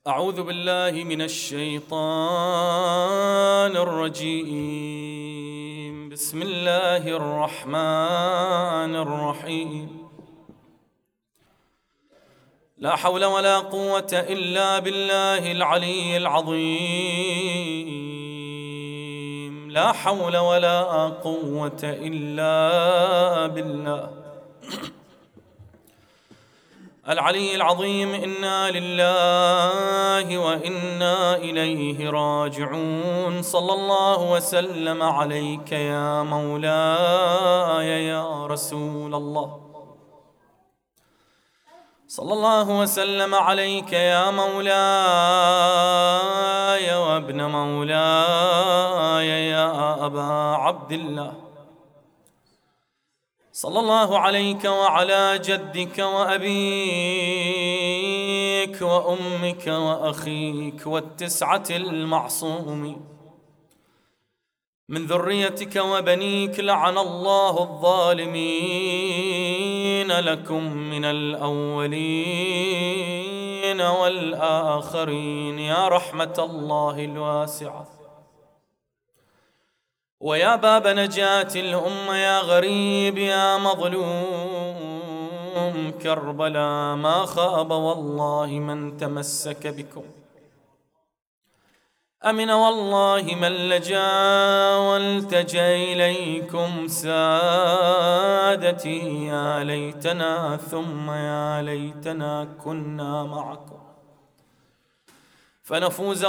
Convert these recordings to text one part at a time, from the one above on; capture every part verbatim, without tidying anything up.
أعوذ بالله من الشيطان الرجيم. بسم الله الرحمن الرحيم. لا حول ولا قوة إلا بالله العلي العظيم. لا حول ولا قوة إلا بالله العلي العظيم. إنا لله وإنا إليه راجعون. صلى الله وسلم عليك يا مولاي يا رسول الله. صلى الله وسلم عليك يا مولاي وابن مولاي يا أبا عبد الله. صلى الله عليك وعلى جدك وأبيك وأمك وأخيك والتسعة المعصومين من ذريتك وبنيك. لعن الله الظالمين لكم من الأولين والآخرين يا رحمة الله الواسعة ويا باب نجاة الأمة يا غريب يا مظلوم كربلاء. ما خاب والله من تمسك بكم، أمن والله من لجا والتجا إليكم. سادتي يا ليتنا ثم يا ليتنا كنا معكم فنفوز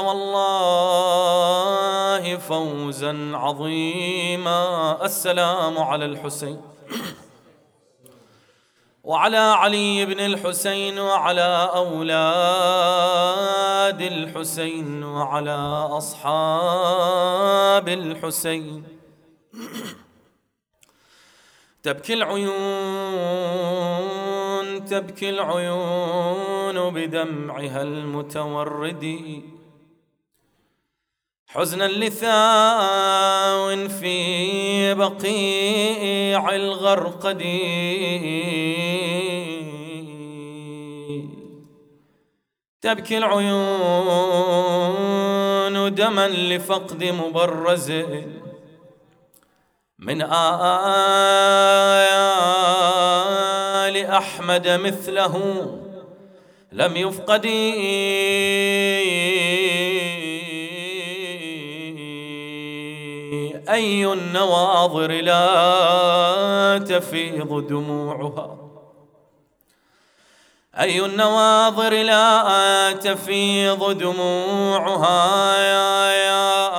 والله فوزا عظيما. السلام على الحسين وعلى علي بن الحسين وعلى أولاد الحسين وعلى أصحاب الحسين. تبكي العيون تبكي العيون بدمعها المتورد حزنا لثاو في بقيع الغرقد. تبكي العيون دما لفقد مبرز من آل أحمد مثله لم يفقد. أي النواظر لا تفيض دموعها أي النواظر لا تفيض دموعها يا يا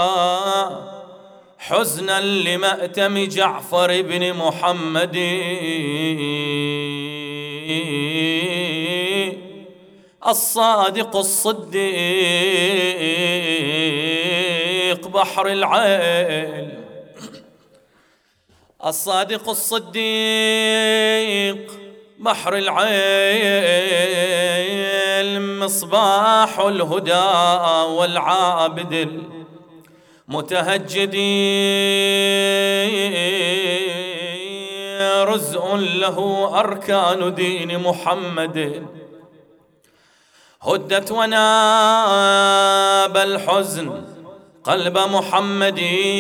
حزنا لمأتم جعفر بن محمد. الصادق الصديق بحر العيل الصادق الصديق بحر العيل مصباح الهدى والعابد المتهجد. رزء له أركان دين محمد هدت وناب الحزن قلب محمد.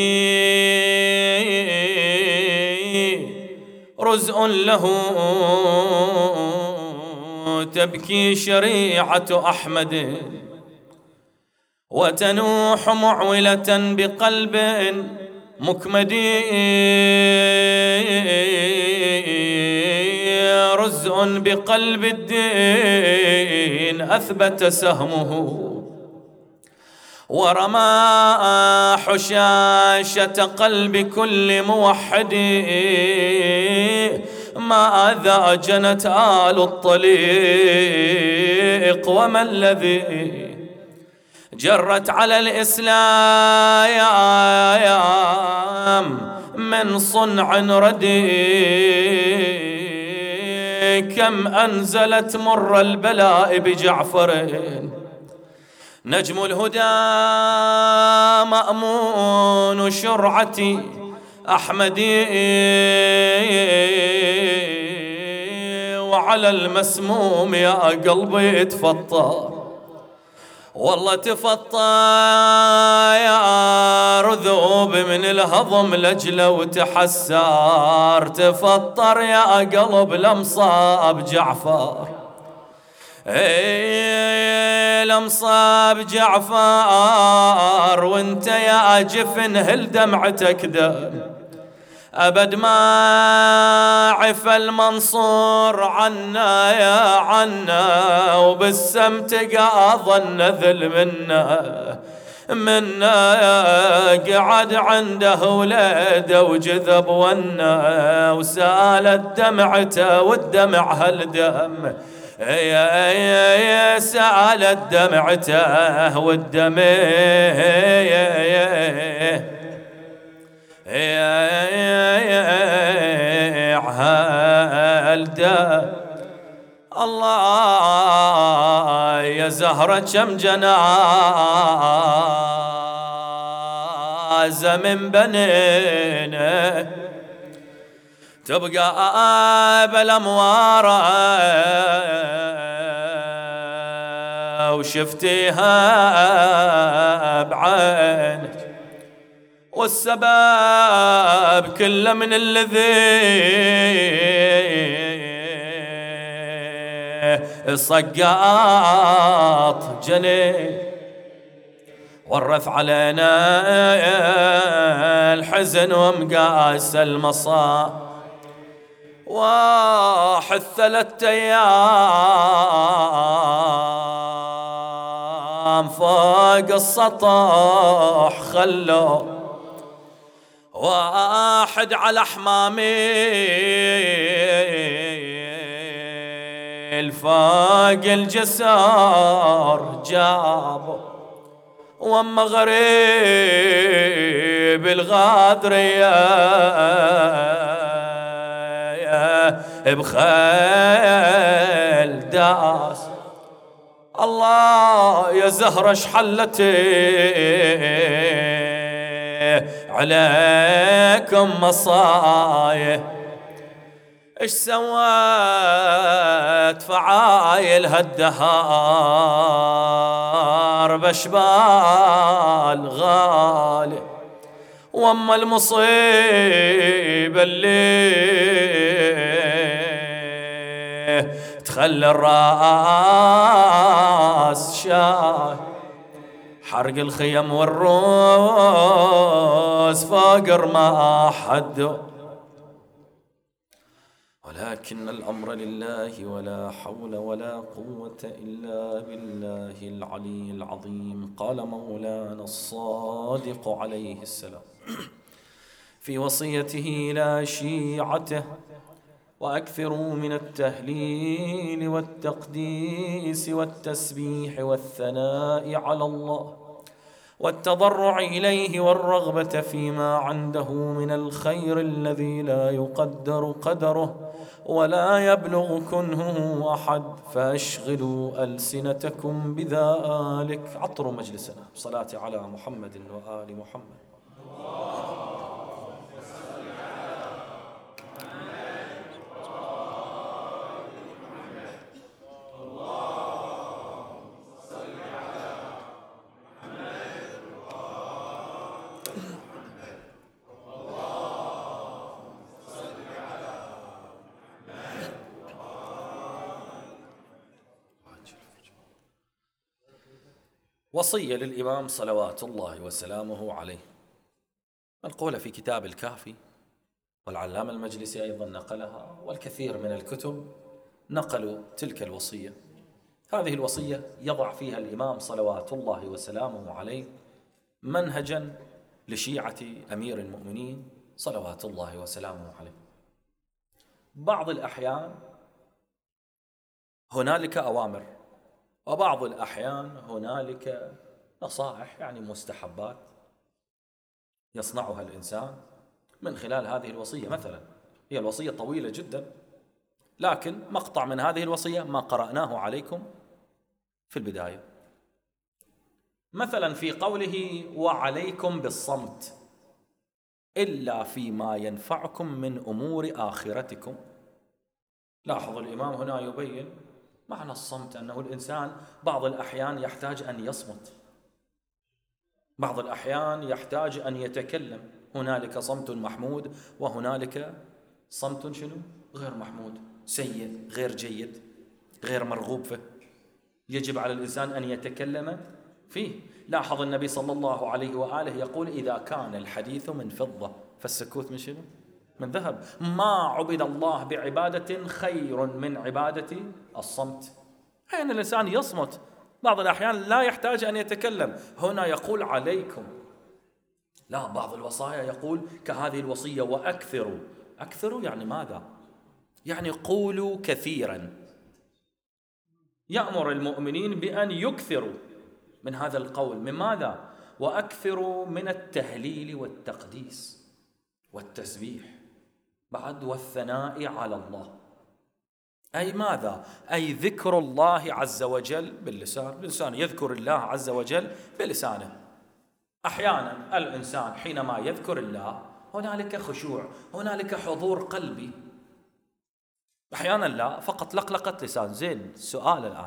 رزء له تبكي شريعة أحمد وتنوح معولة بقلب مكمد. رزء بقلب الدين أثبت سهمه ورمى حشاشة قلب كل موحد. ماذا جنت آل الطليق وما الذي جرت على الإسلام من صنع رديء. كم أنزلت مر البلاء بجعفر نجم الهدى مأمون شرعتي أحمدي. وعلى المسموم يا قلبي تفطر والله تفطر ذوب من الهضم لجله وتحسر، تفطر يا قلب لمصاب جعفر، اي لمصاب جعفر، وانت يا جفن هل دمعتك دم، أبد ما عف المنصور عنا يا عنا، وبالسم تقاضى النذل منا منا، قعد عنده ولده وجذب ونا، وسالت دمعته والدمع هالدم، يا يا يا سالت دمعته والدمع، يا يا هالدا. الله يا زهرة كم جنازة من بنينا تبقى بالأموار، وشفتيها بعينك، والسبب كله من الذي صقاط جني، ورث علينا الحزن ومقاس المصاب، واحد ثلاثة أيام فوق السطح خلوا، واحد على حمامي الفاق الجسار جابه، واما غريب الغادرية بخيل داس. الله يا زهرة شحلتي عليكم مصايب، ايش سويت فعايل هالدهار بشبال غالي، واما المصيبة اللي تخلي الراس شاي، حرق الخيم والروس فقر ما حد، ولكن الأمر لله ولا حول ولا قوة إلا بالله العلي العظيم. قال مولانا الصادق عليه السلام في وصيته إلى شيعته: وأكثروا من التهليل والتقديس والتسبيح والثناء على الله والتضرع إليه والرغبة فيما عنده من الخير الذي لا يقدر قدره ولا يبلغ كنهه أحد، فأشغلوا ألسنتكم بذلك. عطروا مجلسنا بصلاة على محمد وآل محمد. وصية للإمام صلوات الله وسلامه عليه منقولة في كتاب الكافي، والعلامة المجلسي أيضا نقلها، والكثير من الكتب نقلوا تلك الوصية. هذه الوصية يضع فيها الإمام صلوات الله وسلامه عليه منهجا لشيعة أمير المؤمنين صلوات الله وسلامه عليه. بعض الأحيان هنالك أوامر، وبعض الأحيان هنالك نصائح، يعني مستحبات يصنعها الإنسان من خلال هذه الوصية. مثلا هي الوصية طويلة جدا، لكن مقطع من هذه الوصية ما قرأناه عليكم في البداية. مثلا في قوله: وعليكم بالصمت إلا فيما ينفعكم من أمور آخرتكم. لاحظوا الإمام هنا يبين معنى الصمت أنه الإنسان بعض الأحيان يحتاج أن يصمت، بعض الأحيان يحتاج أن يتكلم. هنالك صمت محمود وهنالك صمت شنو؟ غير محمود، سيء، غير جيد، غير مرغوب فيه، يجب على الإنسان أن يتكلم فيه. لاحظ النبي صلى الله عليه وآله يقول: إذا كان الحديث من فضة فالسكوت من شنو؟ من ذهب. ما عبد الله بعبادة خير من عبادة الصمت. أين الإنسان يصمت، بعض الأحيان لا يحتاج أن يتكلم. هنا يقول عليكم، لا، بعض الوصايا يقول كهذه الوصية: وأكثروا. أكثروا يعني ماذا؟ يعني قولوا كثيرا. يأمر المؤمنين بأن يكثروا من هذا القول. من ماذا؟ وأكثروا من التهليل والتقديس والتسبيح، بعد والثناء على الله. أي ماذا؟ أي ذكر الله عز وجل باللسان. الإنسان يذكر الله عز وجل بلسانه. أحيانا الإنسان حينما يذكر الله هنالك خشوع، هنالك حضور قلبي. أحيانا لا، فقط لقلقة لسان. زين، سؤال الآن: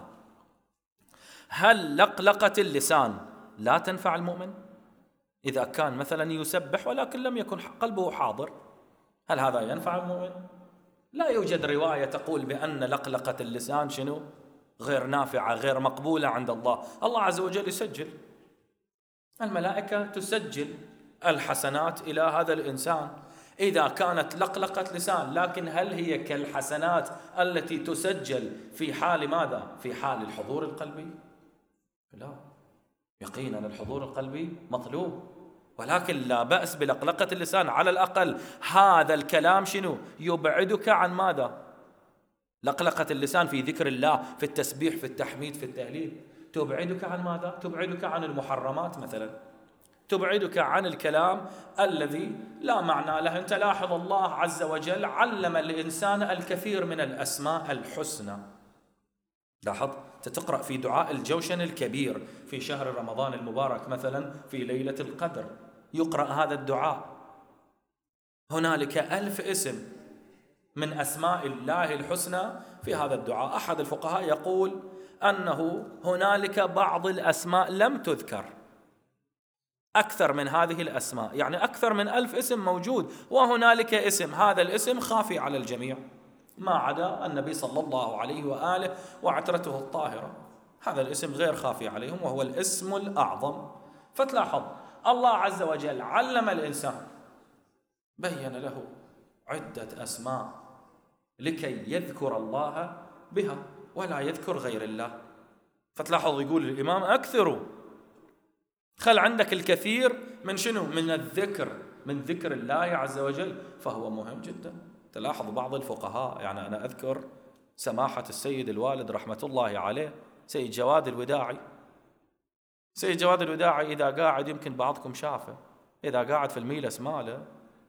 هل لقلقة اللسان لا تنفع المؤمن؟ إذا كان مثلا يسبح ولكن لم يكن قلبه حاضر، هل هذا ينفع المؤمن؟ لا يوجد رواية تقول بأن لقلقة اللسان شنو؟ غير نافعة، غير مقبولة عند الله. الله عز وجل يسجل، الملائكة تسجل الحسنات إلى هذا الإنسان إذا كانت لقلقة لسان. لكن هل هي كالحسنات التي تسجل في حال ماذا؟ في حال الحضور القلبي؟ لا، يقينا الحضور القلبي مطلوب، ولكن لا بأس بلقلقة اللسان. على الأقل هذا الكلام شنو؟ يبعدك عن ماذا؟ لقلقة اللسان في ذكر الله، في التسبيح، في التحميد، في التهليل، تبعدك عن ماذا؟ تبعدك عن المحرمات مثلا، تبعدك عن الكلام الذي لا معنى له. أنت لاحظ الله عز وجل علم الإنسان الكثير من الأسماء الحسنى. لاحظ، تقرأ في دعاء الجوشن الكبير في شهر رمضان المبارك مثلا في ليلة القدر، يقرأ هذا الدعاء، هنالك ألف اسم من أسماء الله الحسنى في هذا الدعاء. أحد الفقهاء يقول أنه هنالك بعض الأسماء لم تذكر أكثر من هذه الأسماء، يعني أكثر من ألف اسم موجود، وهنالك اسم هذا الاسم خافي على الجميع ما عدا النبي صلى الله عليه وآله وعترته الطاهرة. هذا الاسم غير خافي عليهم وهو الاسم الأعظم. فتلاحظ الله عز وجل علم الإنسان، بين له عدة أسماء لكي يذكر الله بها ولا يذكر غير الله. فتلاحظ يقول الإمام: أكثروا، خل عندك الكثير من شنو؟ من الذكر، من ذكر الله عز وجل، فهو مهم جدا. تلاحظ بعض الفقهاء، يعني أنا أذكر سماحة السيد الوالد رحمة الله عليه سيد جواد الوداعي. سيد جواد الوداعي إذا قاعد، يمكن بعضكم شافه، إذا قاعد في الميلس ماله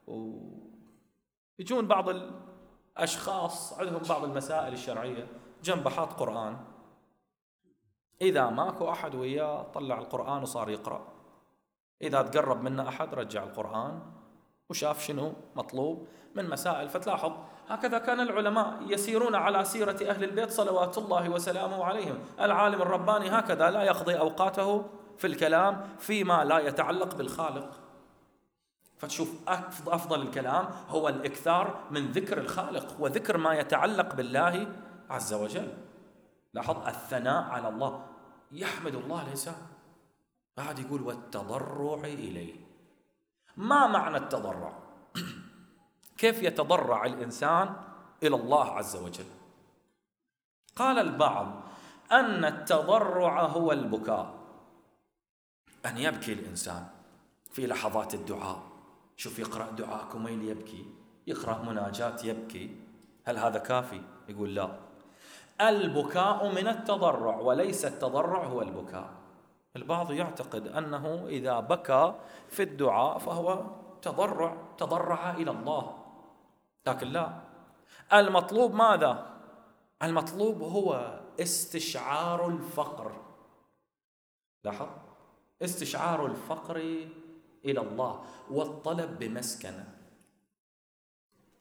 ويجون بعض الأشخاص عندهم بعض المسائل الشرعية، جنبه حاط قرآن، إذا ماكو أحد وياه طلع القرآن وصار يقرأ، إذا تقرب منه أحد رجع القرآن وشاف شنو مطلوب من مسائل. فتلاحظ هكذا كان العلماء يسيرون على سيرة أهل البيت صلوات الله وسلامه عليهم. العالم الرباني هكذا لا يقضي أوقاته في الكلام فيما لا يتعلق بالخالق. فتشوف أفضل الكلام هو الإكثار من ذكر الخالق وذكر ما يتعلق بالله عز وجل. لاحظ الثناء على الله، يحمد الله الإنسان، بعد يقول: والتضرع إليه. ما معنى التضرع؟ كيف يتضرع الإنسان إلى الله عز وجل؟ قال البعض أن التضرع هو البكاء، أن يبكي الإنسان في لحظات الدعاء. شوف، يقرأ دعاء كميل يبكي، يقرأ مناجات يبكي، هل هذا كافي؟ يقول لا، البكاء من التضرع وليس التضرع هو البكاء. البعض يعتقد أنه إذا بكى في الدعاء فهو تضرع، تضرع إلى الله، لكن لا، المطلوب ماذا؟ المطلوب هو استشعار الفقر. لاحظ، استشعار الفقر إلى الله والطلب بمسكنه.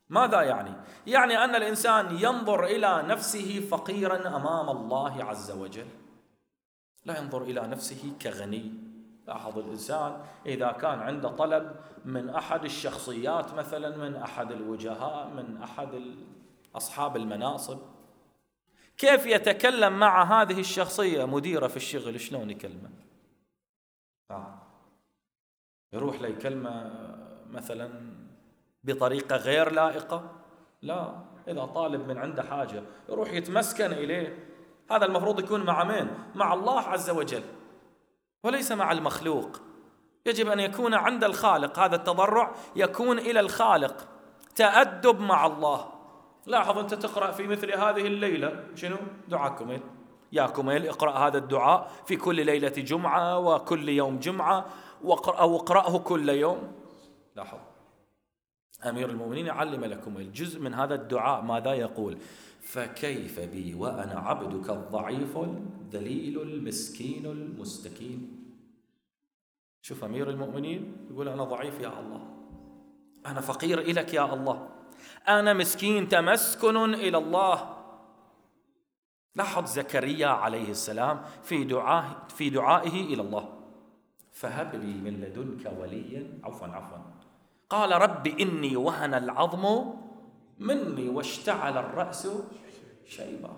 ماذا يعني؟ يعني أن الإنسان ينظر إلى نفسه فقيرا أمام الله عز وجل، لا ينظر إلى نفسه كغني. لاحظ الإنسان إذا كان عنده طلب من أحد الشخصيات، مثلا من أحد الوجهاء، من أحد أصحاب المناصب، كيف يتكلم مع هذه الشخصية؟ مديرة في الشغل شلون يكلمه؟ آه. يروح له يكلمه مثلا بطريقة غير لائقة؟ لا. إذا طالب من عنده حاجة يروح يتمسكن إليه. هذا المفروض يكون مع من؟ مع الله عز وجل، وليس مع المخلوق. يجب أن يكون عند الخالق. هذا التضرع يكون إلى الخالق، تأدب مع الله. لاحظ أنت تقرأ في مثل هذه الليلة شنو؟ دعاء كميل. يا كميل اقرأ هذا الدعاء في كل ليلة جمعة وكل يوم جمعة، أو اقرأه كل يوم. لاحظ أمير المؤمنين يعلم لكم الجزء من هذا الدعاء ماذا يقول: فكيف بي وأنا عبدك الضعيف الذليل المسكين المستكين. شوف أمير المؤمنين يقول أنا ضعيف يا الله، أنا فقير إليك يا الله، أنا مسكين تمسكن إلى الله. لاحظ زكريا عليه السلام في دعائه في دعائه إلى الله: فهب لي من لدنك وليا. عفوا عفوا قال: رب إني وهن العظم مني واشتعل الرأس شيبا.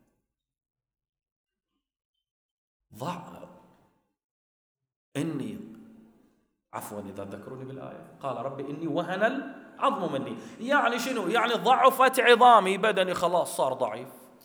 ضع إني عفوا إذا ذكروني بالآية، قال رب إني وهن العظم مني، يعني شنو؟ يعني ضعفت عظامي، بدني خلاص صار ضعيف.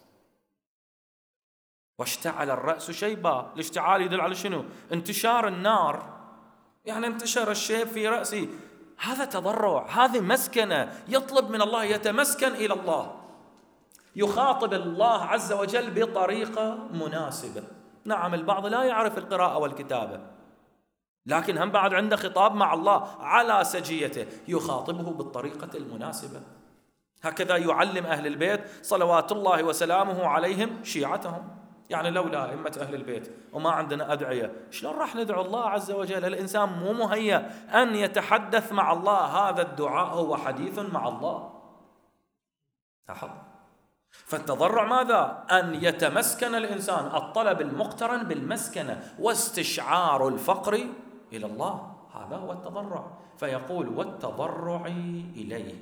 واشتعل الرأس شيبا، الاشتعال يدل على شنو؟ انتشار النار، يعني انتشر الشيب في رأسي. هذا تضرع، هذه مسكنة، يطلب من الله، يتمسكن إلى الله، يخاطب الله عز وجل بطريقة مناسبة. نعم البعض لا يعرف القراءة والكتابة، لكن هم بعد عنده خطاب مع الله على سجيته، يخاطبه بالطريقة المناسبة. هكذا يعلم أهل البيت صلوات الله وسلامه عليهم شيعتهم. يعني لولا أئمة أهل البيت وما عندنا أدعية، شلون راح ندعو الله عز وجل؟ الإنسان مو مهيأ أن يتحدث مع الله. هذا الدعاء هو حديث مع الله. لاحظ، فالتضرع ماذا؟ أن يتمسكن الإنسان، الطلب المقترن بالمسكنة واستشعار الفقر إلى الله، هذا هو التضرع. فيقول: والتضرع إليه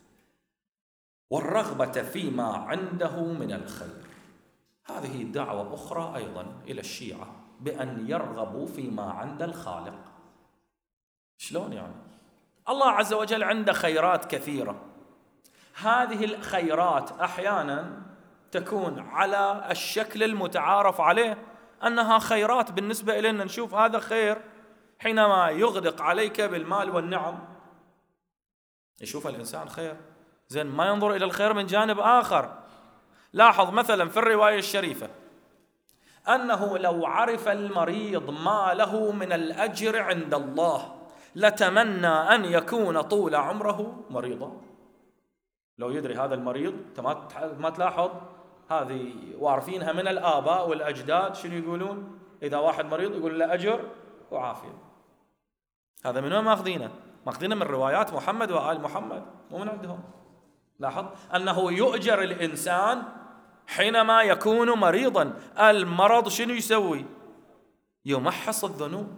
والرغبة فيما عنده من الخير. هذه دعوة أخرى أيضا إلى الشيعة بأن يرغبوا فيما عند الخالق. شلون يعني؟ الله عز وجل عنده خيرات كثيرة، هذه الخيرات أحيانا تكون على الشكل المتعارف عليه أنها خيرات بالنسبة إلينا، نشوف هذا خير حينما يغدق عليك بالمال والنعم، يشوف الإنسان خير زين، ما ينظر إلى الخير من جانب آخر. لاحظ مثلا في الرواية الشريفة أنه لو عرف المريض ما له من الأجر عند الله لتمنى أن يكون طول عمره مريضا. لو يدري هذا المريض، ما تلاحظ هذه وعارفينها من الآباء والأجداد، شنو يقولون؟ إذا واحد مريض يقول له أجر وعافية. هذا من وين ماخذينه؟ ماخذينه من روايات محمد وآل محمد، مو من عندهم. لاحظ أنه يؤجر الإنسان حينما يكون مريضا. المرض شنو يسوي؟ يمحص الذنوب.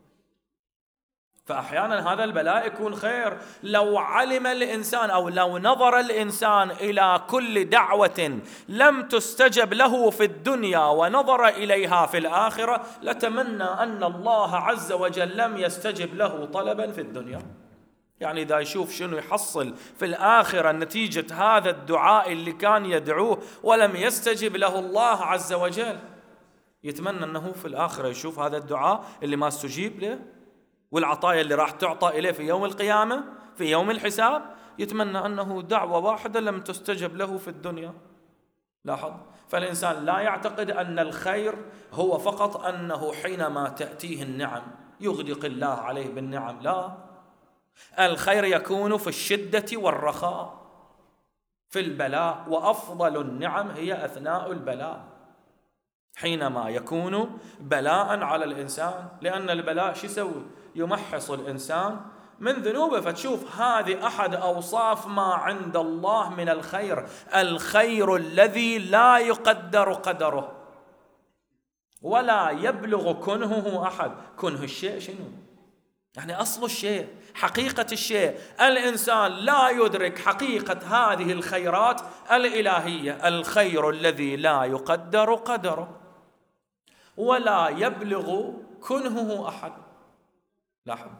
فأحيانا هذا البلاء يكون خير. لو علم الإنسان أو لو نظر الإنسان إلى كل دعوة لم تستجب له في الدنيا ونظر إليها في الآخرة لتمنى أن الله عز وجل لم يستجب له طلبا في الدنيا. يعني إذا يشوف شنو يحصل في الآخرة نتيجة هذا الدعاء اللي كان يدعوه ولم يستجب له الله عز وجل، يتمنى أنه في الآخرة يشوف هذا الدعاء اللي ما استجيب له، والعطايا اللي راح تعطى إليه في يوم القيامة في يوم الحساب، يتمنى أنه دعوة واحدة لم تستجب له في الدنيا. لاحظ، فالإنسان لا يعتقد أن الخير هو فقط أنه حينما تأتيه النعم يغدق الله عليه بالنعم، لا، الخير يكون في الشدة والرخاء، في البلاء، وأفضل النعم هي أثناء البلاء، حينما يكون بلاء على الإنسان، لأن البلاء شو يسوي؟ يمحص الإنسان من ذنوبه. فتشوف هذه أحد أوصاف ما عند الله من الخير، الخير الذي لا يقدر قدره ولا يبلغ كنهه أحد. كنه الشيء شنو؟ يعني أصل الشيء، حقيقة الشيء. الإنسان لا يدرك حقيقة هذه الخيرات الإلهية، الخير الذي لا يقدر قدره ولا يبلغ كنهه أحد. لاحظ.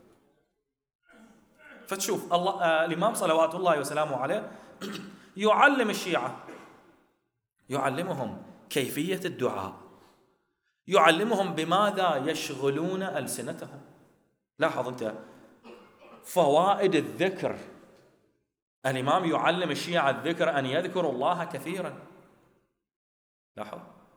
فتشوف الله آه الإمام صلوات الله وسلامه عليه يعلم الشيعة، يعلمهم كيفية الدعاء، يعلمهم بماذا يشغلون ألسنتهم. لاحظ أنت فوائد الذكر. الإمام يعلم الشيعة الذكر، أن يذكروا الله كثيرا. لاحظ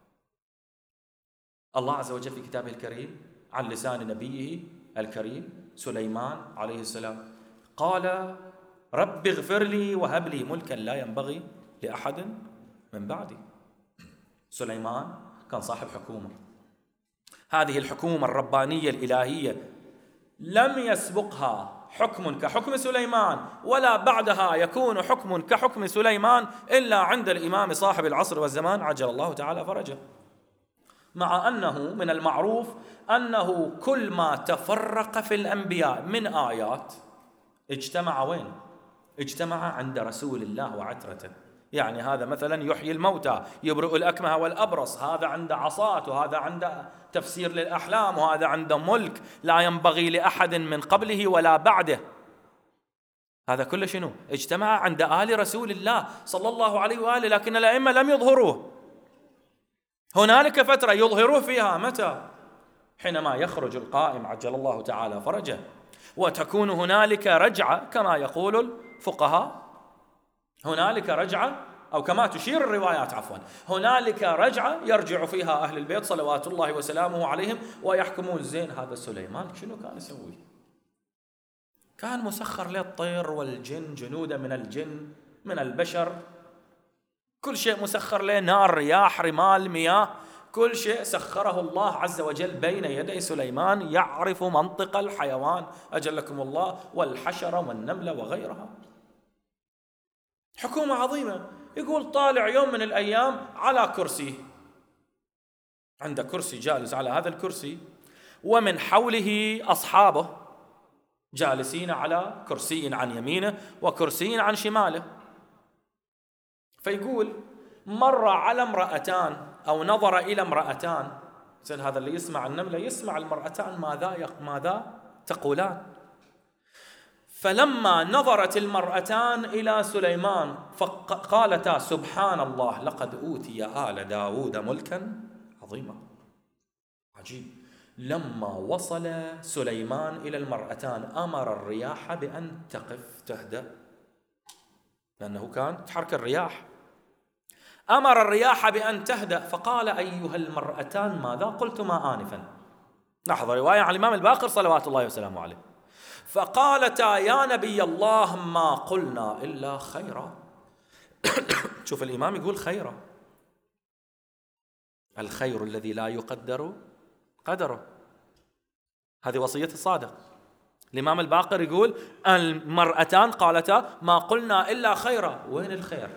الله عز وجل في كتابه الكريم عن لسان نبيه الكريم سليمان عليه السلام قال: رب اغفر لي وهب لي ملكا لا ينبغي لأحد من بعدي. سليمان كان صاحب حكومة، هذه الحكومة الربانية الإلهية لم يسبقها حكم كحكم سليمان، ولا بعدها يكون حكم كحكم سليمان إلا عند الإمام صاحب العصر والزمان عجل الله تعالى فرجه. مع أنه من المعروف أنه كل ما تفرق في الأنبياء من آيات اجتمع وين؟ اجتمع عند رسول الله وعترته. يعني هذا مثلا يحيي الموتى، يبرئ الأكمه والأبرص، هذا عنده عصات، وهذا عنده تفسير للأحلام، وهذا عنده ملك لا ينبغي لأحد من قبله ولا بعده. هذا كله شنو؟ اجتمع عند آل رسول الله صلى الله عليه وآله، لكن الأئمة لم يظهروه. هنالك فترة يظهروه فيها، متى؟ حينما يخرج القائم عجل الله تعالى فرجه، وتكون هنالك رجعة كما يقول الفقهاء، هنالك رجعة أو كما تشير الروايات عفوا، هنالك رجعة يرجع فيها أهل البيت صلوات الله وسلامه عليهم ويحكمون. زين هذا سليمان شنو كان يسوي؟ كان مسخر له الطير والجن، جنودا من الجن من البشر، كل شيء مسخر له، نار، رياح، رمال، مياه، كل شيء سخره الله عز وجل بين يدي سليمان. يعرف منطق الحيوان أجلكم الله والحشرة والنملة وغيرها. حكومة عظيمة. يقول طالع يوم من الأيام على كرسي، عنده كرسي جالس على هذا الكرسي، ومن حوله أصحابه جالسين على كرسي عن يمينه وكرسي عن شماله. فيقول مر على امرأتان أو نظر إلى امرأتان. زين هذا اللي يسمع النملة يسمع المرأتان ماذا ماذا تقولان. فلما نظرت المرأتان إلى سليمان فقالتا: سبحان الله لقد أوتي آل داود ملكا عظيما. عجيب. لما وصل سليمان إلى المرأتان أمر الرياح بأن تقف تهدأ، لأنه كان تحرك الرياح. أمر الرياح بأن تهدأ، فقال: أيها المرأتان ماذا قلتما آنفا؟ لاحظ رواية عن الإمام الباقر صلوات الله وسلامه عليه. فقالتا: يا نبي الله ما قلنا إلا خيرا. شوف الإمام يقول خيرا، الخير الذي لا يقدر قدره. هذه وصية الصادق. الإمام الباقر يقول المرأتان قالتا: ما قلنا إلا خيرا. وين الخير؟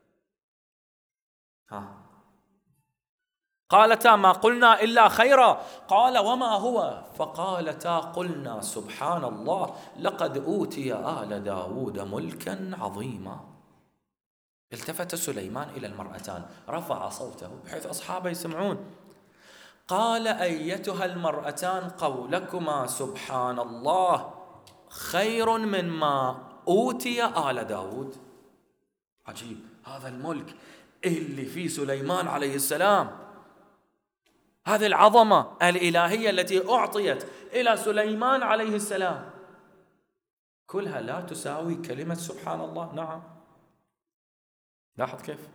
ها. قالتا: ما قلنا إلا خيرا. قال: وما هو؟ فقالتا: قلنا سبحان الله لقد أوتي آل داود ملكا عظيما. التفت سليمان إلى المرأتان، رفع صوته بحيث أصحابه يسمعون. قال: أيتها المرأتان قولكما سبحان الله خير مما أوتي آل داود. عجيب. هذا الملك اللي في سليمان عليه السلام، هذه العظمة الإلهية التي أعطيت إلى سليمان عليه السلام، كلها لا تساوي كلمة سبحان الله. نعم. لاحظ كيف،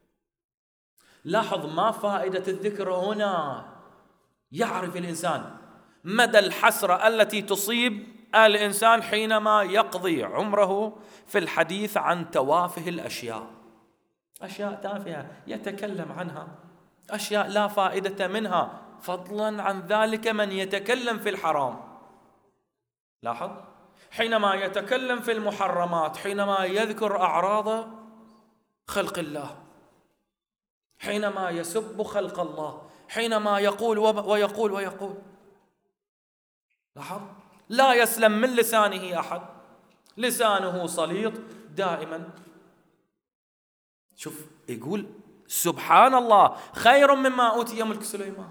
لاحظ ما فائدة الذكر هنا. يعرف الإنسان مدى الحسرة التي تصيب الإنسان حينما يقضي عمره في الحديث عن توافه الأشياء، أشياء تافهة يتكلم عنها، أشياء لا فائدة منها، فضلا عن ذلك من يتكلم في الحرام. لاحظ حينما يتكلم في المحرمات، حينما يذكر أعراض خلق الله، حينما يسب خلق الله، حينما يقول ويقول ويقول. لاحظ، لا يسلم من لسانه أحد، لسانه سليط دائما. شوف يقول سبحان الله خير مما أوتي ملك سليمان.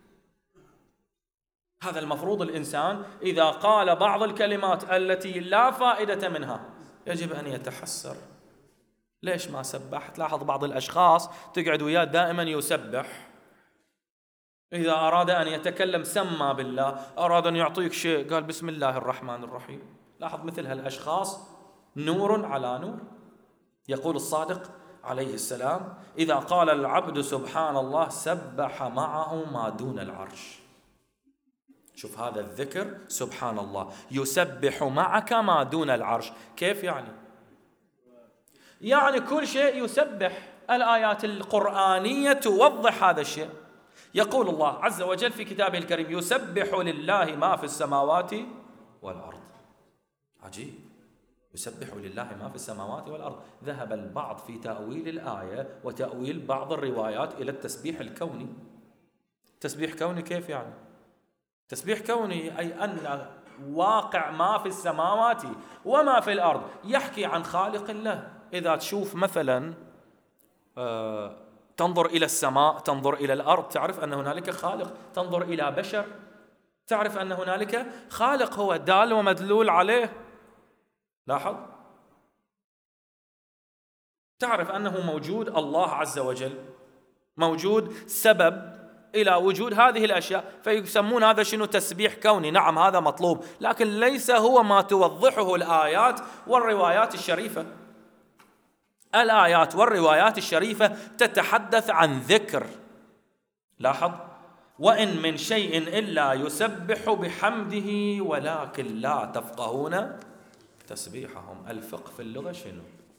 هذا المفروض الإنسان إذا قال بعض الكلمات التي لا فائدة منها يجب أن يتحسر. ليش ما سبح؟ تلاحظ بعض الأشخاص تقعد وياه دائما يسبح، إذا أراد أن يتكلم سمى بالله، أراد أن يعطيك شيء قال بسم الله الرحمن الرحيم. لاحظ مثل هالأشخاص نور على نور. يقول الصادق عليه السلام إذا قال العبد سبحان الله سبح معه ما دون العرش. شوف هذا الذكر سبحان الله يسبح معك ما دون العرش. كيف يعني؟ يعني كل شيء يسبح. الآيات القرآنية توضح هذا الشيء. يقول الله عز وجل في كتابه الكريم يسبح لله ما في السماوات والأرض. عجيب، يسبح لله ما في السماوات والأرض. ذهب البعض في تأويل الآية وتأويل بعض الروايات إلى التسبيح الكوني. تسبيح كوني كيف يعني؟ تسبيح كوني أي أن واقع ما في السماوات وما في الأرض يحكي عن خالق الله. إذا تشوف مثلا آه تنظر إلى السماء، تنظر إلى الأرض، تعرف أن هنالك خالق. تنظر إلى بشر، تعرف أن هنالك خالق هو دال ومدلول عليه. لاحظ، تعرف أنه موجود الله عز وجل، موجود سبب إلى وجود هذه الأشياء، فيسمون هذا شنو؟ تسبيح كوني. نعم هذا مطلوب، لكن ليس هو ما توضحه الآيات والروايات الشريفة. الآيات والروايات الشريفة تتحدث عن ذكر. لاحظ، وإن من شيء إلا يسبح بحمده ولكن لا تفقهون تسبيحهم. الفقه في اللغة شنو؟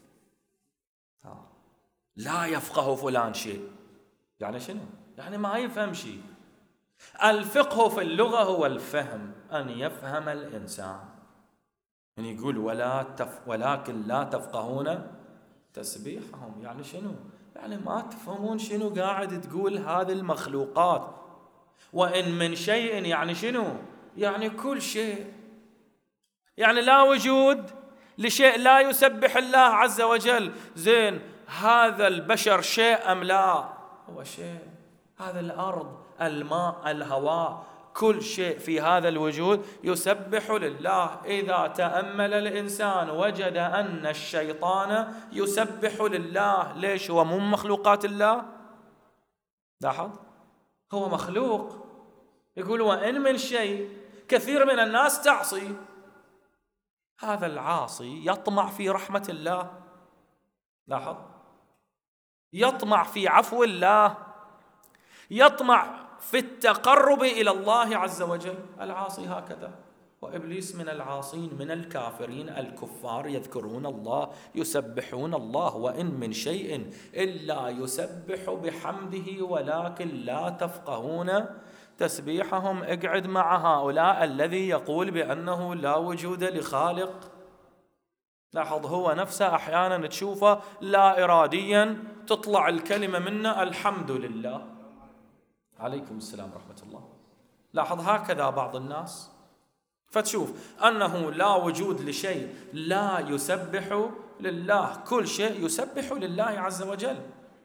لا يفقه فلان شيء يعني شنو؟ يعني ما يفهم شيء. الفقه في اللغة هو الفهم، أن يفهم الإنسان. يعني يقول ولا تف ولكن لا تفقهون تسبيحهم، يعني شنو؟ يعني ما تفهمون شنو قاعد تقول هذه المخلوقات. وإن من شيء يعني شنو؟ يعني كل شيء. يعني لا وجود لشيء لا يسبح الله عز وجل. زين، هذا البشر شيء أم لا؟ هو شيء. هذا الأرض، الماء، الهواء، كل شيء في هذا الوجود يسبح لله. إذا تأمل الإنسان وجد أن الشيطان يسبح لله. ليش؟ هو مو مخلوقات الله؟ لاحظ، هو مخلوق. يقول وإن من شيء. كثير من الناس تعصي. هذا العاصي يطمع في رحمة الله. لاحظ، يطمع في عفو الله، يطمع في التقرب إلى الله عز وجل. العاصي هكذا. وإبليس من العاصين، من الكافرين الكفار، يذكرون الله، يسبحون الله. وإن من شيء إلا يسبح بحمده ولكن لا تفقهون تسبيحهم. اقعد مع هؤلاء الذي يقول بأنه لا وجود لخالق. لاحظ، هو نفسه أحيانا تشوفه لا إراديا تطلع الكلمة منه الحمد لله. عليكم السلام ورحمة الله. لاحظ، هكذا بعض الناس، فتشوف أنه لا وجود لشيء لا يسبح لله، كل شيء يسبح لله عز وجل.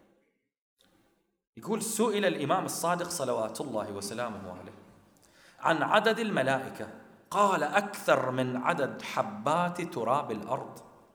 يقول سئل الإمام الصادق صلوات الله وسلامه عليه عن عدد الملائكة، قال أكثر من عدد حبات تراب الأرض.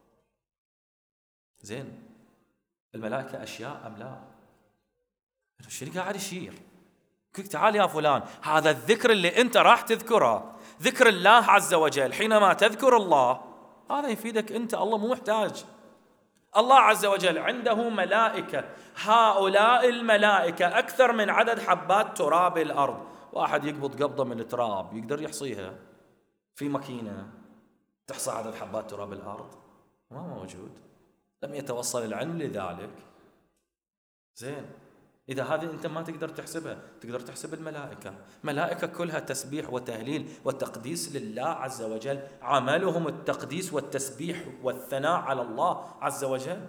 زين، الملائكة أشياء أم لا؟ شنو قاعد يشير؟ قلت تعال يا فلان، هذا الذكر اللي أنت راح تذكره ذكر الله عز وجل. حينما تذكر الله هذا يفيدك أنت، الله مو محتاج. الله عز وجل عنده ملائكة، هؤلاء الملائكة أكثر من عدد حبات تراب الأرض. واحد يقبض قبضة من التراب يقدر يحصيها؟ في ماكينة تحصى عدد حبات تراب الأرض؟ ما موجود، لم يتوصل العلم لذلك. زين، إذا هذه أنت ما تقدر تحسبها، تقدر تحسب الملائكة. ملائكة كلها تسبيح وتهليل وتقديس لله عز وجل، عملهم التقديس والتسبيح والثناء على الله عز وجل.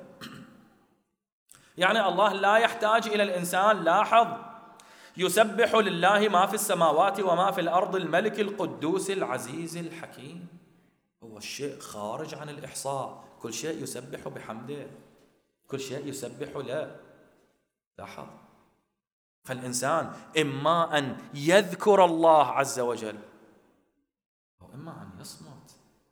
يعني الله لا يحتاج إلى الإنسان. لاحظ، يسبح لله ما في السماوات وما في الأرض الملك القدوس العزيز الحكيم. هو الشيء خارج عن الإحصاء، كل شيء يسبح بحمده، كل شيء يسبح له. لاحظ، فالإنسان إما أن يذكر الله عز وجل وإما أن يصمت.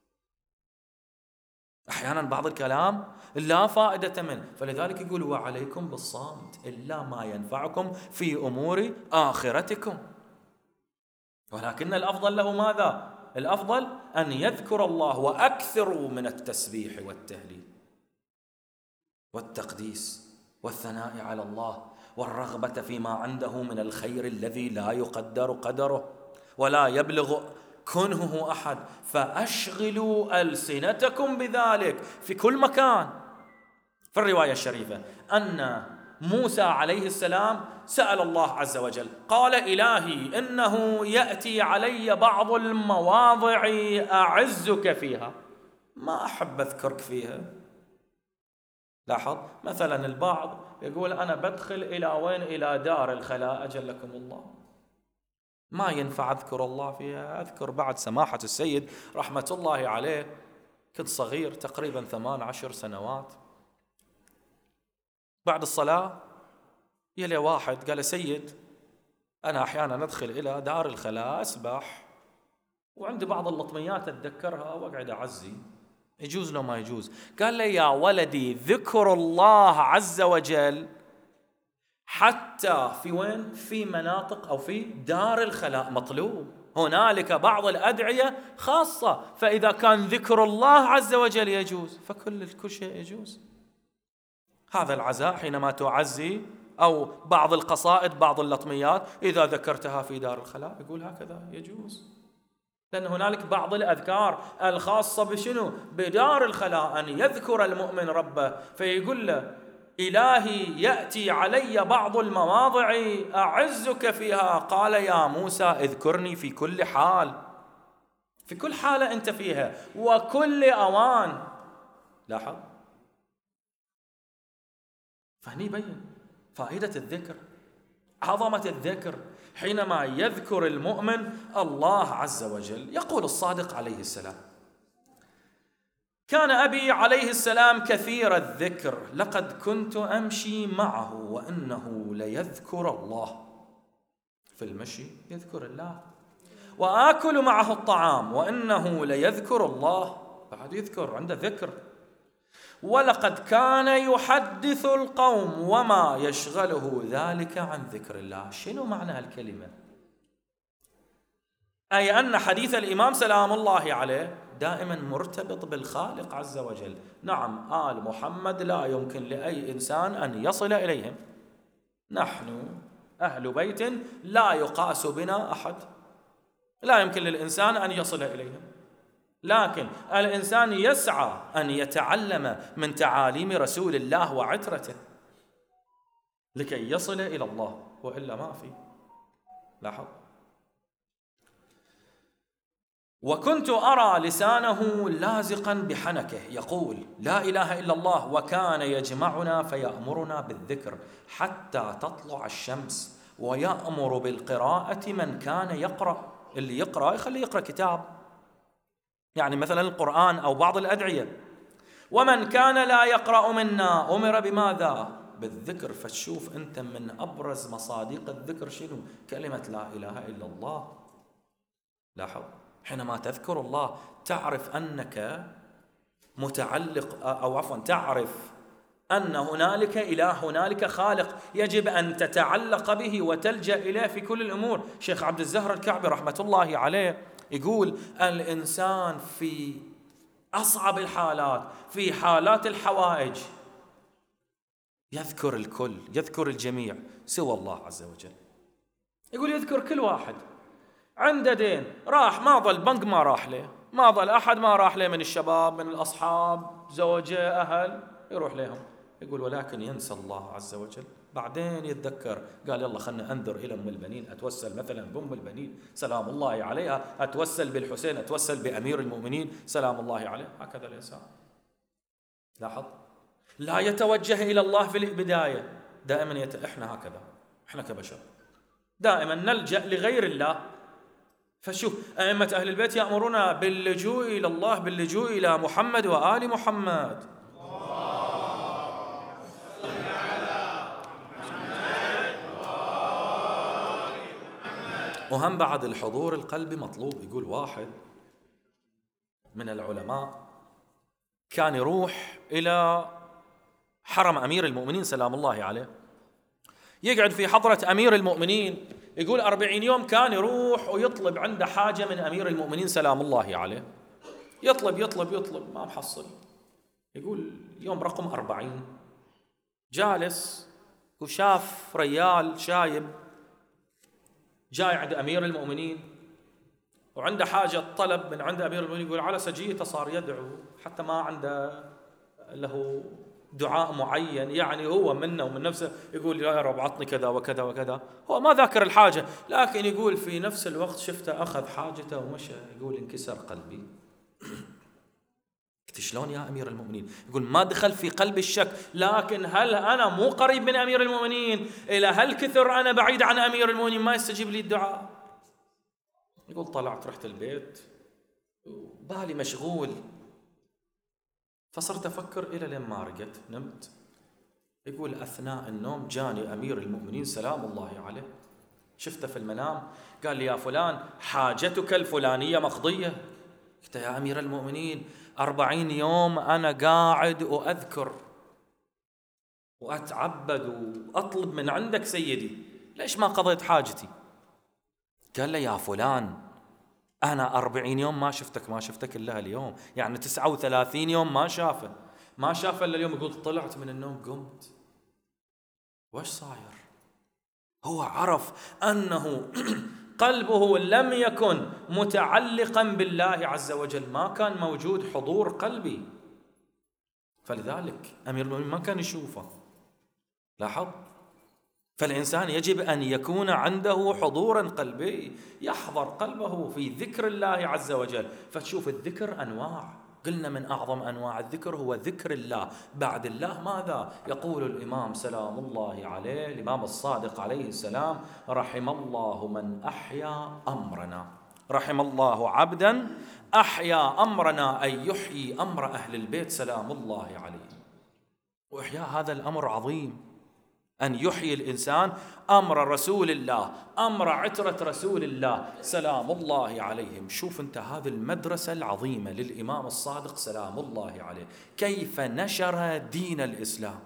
أحيانا بعض الكلام لا فائدة منه، فلذلك يقول وعليكم بالصامت إلا ما ينفعكم في أمور آخرتكم. ولكن الأفضل له ماذا؟ الأفضل أن يذكر الله، وأكثروا من التسبيح والتهليل والتقديس والثناء على الله، والرغبة فيما عنده من الخير الذي لا يقدر قدره ولا يبلغ كنهه أحد. فأشغلوا ألسنتكم بذلك في كل مكان. في الرواية الشريفة أن موسى عليه السلام سأل الله عز وجل، قال إلهي إنه يأتي علي بعض المواضع أعزك فيها، ما أحب أذكرك فيها. لاحظ، مثلا البعض يقول أنا بدخل إلى وين؟ إلى دار الخلاء أجلكم الله، ما ينفع أذكر الله فيها. أذكر بعد سماحة السيد رحمة الله عليه، كنت صغير تقريبا ثمان عشر سنوات، بعد الصلاة يلي واحد قال سيد أنا أحيانا أدخل إلى دار الخلاء أسبح، وعندي بعض اللطميات أتذكرها وأقعد أعزي، يجوز لو ما يجوز؟ قال لي يا ولدي ذكر الله عز وجل حتى في وين؟ في مناطق أو في دار الخلاء مطلوب، هنالك بعض الأدعية خاصة، فإذا كان ذكر الله عز وجل يجوز فكل كل شيء يجوز. هذا العزاء حينما تعزي، أو بعض القصائد بعض اللطميات إذا ذكرتها في دار الخلاء يقول هكذا يجوز، لأن هنالك بعض الأذكار الخاصة بشنو؟ بدار الخلاء، أن يذكر المؤمن ربه فيقول له إلهي يأتي علي بعض المواضع أعزك فيها. قال يا موسى اذكرني في كل حال، في كل حالة أنت فيها وكل أوان. لاحظ، فهني بين فائدة الذكر، عظمة الذكر حينما يذكر المؤمن الله عز وجل. يقول الصادق عليه السلام كان أبي عليه السلام كثير الذكر، لقد كنت أمشي معه وإنه ليذكر الله، في المشي يذكر الله، وآكل معه الطعام وإنه ليذكر الله، بعد يذكر عنده ذكر، ولقد كان يحدث القوم وما يشغله ذلك عن ذكر الله. شنو معنى الكلمة؟ أي أن حديث الإمام سلام الله عليه دائما مرتبط بالخالق عز وجل. نعم، آل محمد لا يمكن لأي إنسان أن يصل إليهم، نحن أهل بيت لا يقاس بنا أحد، لا يمكن للإنسان أن يصل إليهم، لكن الإنسان يسعى أن يتعلم من تعاليم رسول الله وعترته لكي يصل إلى الله، وإلا ما في. لاحظ، وكنت أرى لسانه لازقا بحنكه يقول لا إله إلا الله، وكان يجمعنا فيأمرنا بالذكر حتى تطلع الشمس، ويأمر بالقراءة من كان يقرأ، اللي يقرأ يخليه يقرأ كتاب، يعني مثلا القرآن أو بعض الأدعية، ومن كان لا يقرأ منا أمر بماذا؟ بالذكر. فتشوف أنت من أبرز مصادق الذكر شنو؟ كلمة لا إله إلا الله. لاحظ، حينما تذكر الله تعرف أنك متعلق، أو عفوا تعرف أن هنالك إله، هنالك خالق يجب أن تتعلق به وتلجأ إليه في كل الأمور. شيخ عبد الزهر الكعبي رحمة الله عليه يقول الإنسان في أصعب الحالات، في حالات الحوائج، يذكر الكل، يذكر الجميع سوى الله عز وجل. يقول يذكر كل واحد عنده دين، راح ما ظل بنك ما راح له، ما ظل أحد ما راح له من الشباب من الأصحاب زوجة أهل، يروح لهم. يقول ولكن ينسى الله عز وجل، بعدين يتذكر قال يلا خلنا أنذر إلى أم البنين، أتوسل مثلا بأم البنين سلام الله عليها، أتوسل بالحسين، أتوسل بأمير المؤمنين سلام الله عليه. هكذا الإنسان لاحظ، لا يتوجه إلى الله في البداية، دائما يت... إحنا هكذا، إحنا كبشر دائما نلجأ لغير الله. فشوف أئمة أهل البيت يأمرون باللجوء إلى الله، باللجوء إلى محمد وآل محمد. وهم بعد الحضور القلبي مطلوب. يقول واحد من العلماء كان يروح إلى حرم أمير المؤمنين سلام الله عليه، يقعد في حضرة أمير المؤمنين، يقول أربعين يوم كان يروح ويطلب عنده حاجة من أمير المؤمنين سلام الله عليه، يطلب يطلب يطلب ما محصل. يقول يوم رقم أربعين جالس وشاف ريال شايب جاي عند أمير المؤمنين وعنده حاجة طلب من عند أمير المؤمنين، يقول على سجيته صار يدعو حتى ما عنده له دعاء معين، يعني هو منه ومن نفسه يقول يا رب عطني كذا وكذا وكذا، هو ما ذاكر الحاجة، لكن يقول في نفس الوقت شفته أخذ حاجته ومشى. يقول انكسر قلبي. قلت شلون يا أمير المؤمنين؟ يقول ما دخل في قلبي الشك، لكن هل أنا مو قريب من أمير المؤمنين؟ إلى هل كثر أنا بعيد عن أمير المؤمنين ما يستجيب لي الدعاء؟ يقول طلعت رحت البيت بالي مشغول، فصرت أفكر إلى لين ما رقت نمت. يقول أثناء النوم جاني أمير المؤمنين سلام الله عليه، شفته في المنام قال لي يا فلان حاجتك الفلانية مقضية. قلت يا أمير المؤمنين أربعين يوم أنا قاعد وأذكر وأتعبد وأطلب من عندك سيدي، ليش ما قضيت حاجتي؟ قال لي يا فلان أنا أربعين يوم ما شفتك، ما شفتك إلا اليوم، يعني تسعة وثلاثين يوم ما شافه ما شافه إلا اليوم. يقول طلعت من النوم قمت، وش صاير؟ هو عرف أنه قلبه لم يكن متعلقا بالله عز وجل، ما كان موجود حضور قلبي، فلذلك أمير المؤمنين ما كان يشوفه. لاحظ، فالإنسان يجب أن يكون عنده حضورا قلبي، يحضر قلبه في ذكر الله عز وجل. فتشوف الذكر أنواع، قلنا من أعظم أنواع الذكر هو ذكر الله. بعد الله ماذا؟ يقول الإمام سلام الله عليه، الإمام الصادق عليه السلام: رحم الله من أحيا أمرنا، رحم الله عبدا أحيا أمرنا، أي يحيي أمر أهل البيت سلام الله عليه. وإحياء هذا الأمر عظيم، أن يحيي الإنسان أمر رسول الله، أمر عترة رسول الله سلام الله عليهم. شوف أنت هذه المدرسة العظيمة للإمام الصادق سلام الله عليه، كيف نشر دين الإسلام.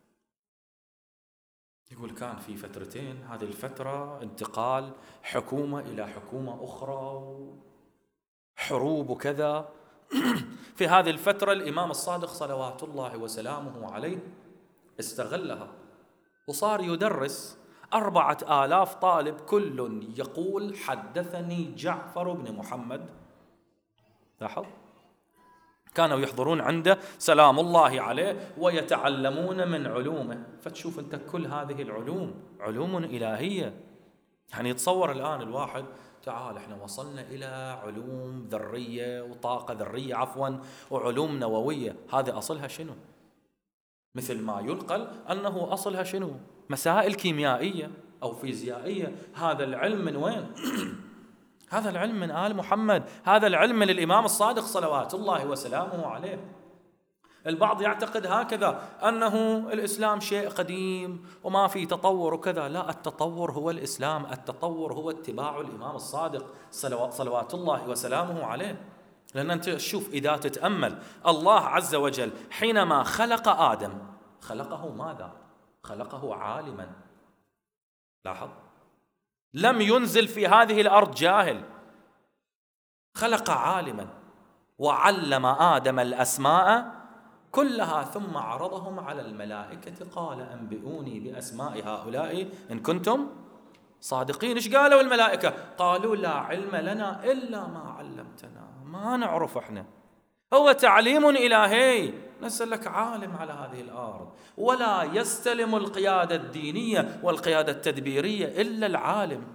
يقول كان في فترتين، هذه الفترة انتقال حكومة إلى حكومة أخرى، حروب وكذا. في هذه الفترة الإمام الصادق صلوات الله وسلامه عليه استغلها وصار يدرس أربعة آلاف طالب، كل يقول حدثني جعفر بن محمد. لاحظ، كانوا يحضرون عنده سلام الله عليه ويتعلمون من علومه. فتشوف أنت كل هذه العلوم علوم إلهية. يعني يتصور الآن الواحد تعال احنا وصلنا إلى علوم ذرية وطاقة ذرية عفوا وعلوم نووية، هذه أصلها شنو؟ مثل ما ينقل أنه أصلها شنو؟ مسائل كيميائية أو فيزيائية. هذا العلم من وين؟ هذا العلم من آل محمد، هذا العلم من الإمام الصادق صلوات الله وسلامه عليه. البعض يعتقد هكذا أنه الإسلام شيء قديم وما في تطور وكذا. لا، التطور هو الإسلام، التطور هو اتباع الإمام الصادق صلوات الله وسلامه عليه. لأن أنت شوف إذا تتأمل الله عز وجل حينما خلق آدم خلقه ماذا؟ خلقه عالما. لاحظ، لم ينزل في هذه الأرض جاهل، خلق عالما وعلم آدم الأسماء كلها ثم عرضهم على الملائكة قال أنبئوني بأسماء هؤلاء إن كنتم صادقين. إيش قالوا الملائكة؟ قالوا لا علم لنا إلا ما علمتنا، ما نعرف إحنا. هو تعليم إلهي، نزل لك عالم على هذه الأرض، ولا يستلم القيادة الدينية والقيادة التدبيرية إلا العالم.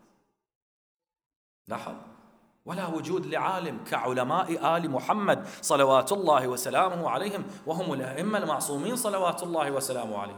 لاحظ، ولا وجود لعالم كعلماء آل محمد صلوات الله وسلامه عليهم، وهم الأئمة المعصومين صلوات الله وسلامه عليهم.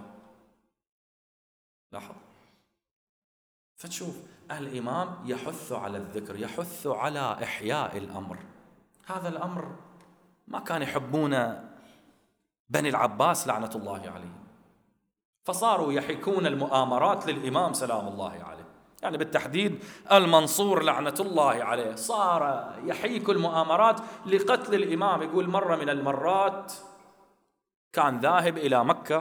لاحظ، فتشوف الإمام يحث على الذكر، يحث على إحياء الأمر. هذا الأمر ما كان يحبون بني العباس لعنة الله عليهم، فصاروا يحكون المؤامرات للإمام سلام الله عليه، يعني بالتحديد المنصور لعنة الله عليه صار يحيك المؤامرات لقتل الإمام. يقول مرة من المرات كان ذاهب إلى مكة،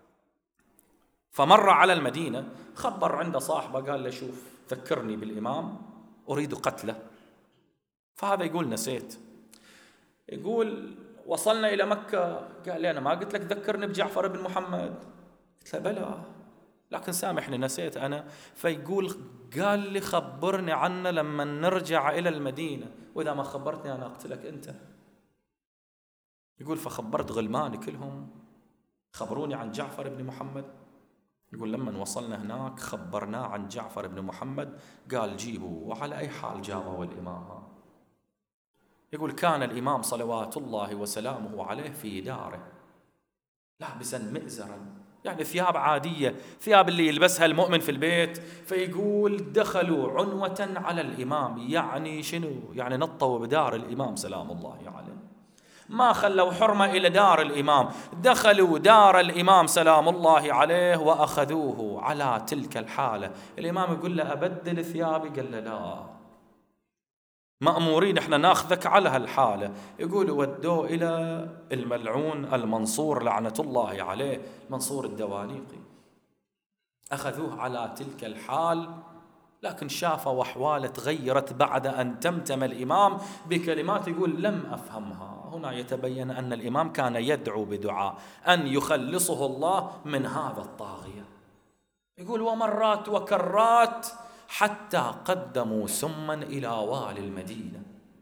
فمر على المدينة، خبر عنده صاحبه قال له شوف ذكرني بالإمام أريد قتله. فهذا يقول نسيت. يقول وصلنا إلى مكة، قال لي أنا ما قلت لك ذكرني بجعفر بن محمد؟ قلت له بلى لكن سامحني نسيت أنا. فيقول قال لي خبرني عنه لما نرجع إلى المدينة، وإذا ما خبرتني أنا أقتلك أنت. يقول فخبرت غلماني كلهم خبروني عن جعفر بن محمد. يقول لما وصلنا هناك خبرناه عن جعفر بن محمد، قال جيبوا، وعلى أي حال جابوا الإمام. يقول كان الإمام صلوات الله وسلامه عليه في داره لابسا مئزرا، يعني ثياب عادية، ثياب اللي يلبسها المؤمن في البيت. فيقول دخلوا عنوة على الإمام، يعني شنو؟ يعني نطوا بدار الإمام سلام الله عليه، ما خلوا حرمة إلى دار الإمام، دخلوا دار الإمام سلام الله عليه وأخذوه على تلك الحالة. الإمام يقول له أبدل ثيابي؟ قال له لا، مأمورين احنا ناخذك على هالحالة. يقول ودوه إلى الملعون المنصور لعنة الله عليه، منصور الدواليقي، أخذوه على تلك الحال. لكن شافوا أحواله تغيرت بعد أن تمتم الإمام بكلمات يقول لم أفهمها. هنا يتبين أن الإمام كان يدعو بدعاء أن يخلصه الله من هذا الطاغية. يقول ومرات وكرات حتى قدموا سما إلى والي المدينة،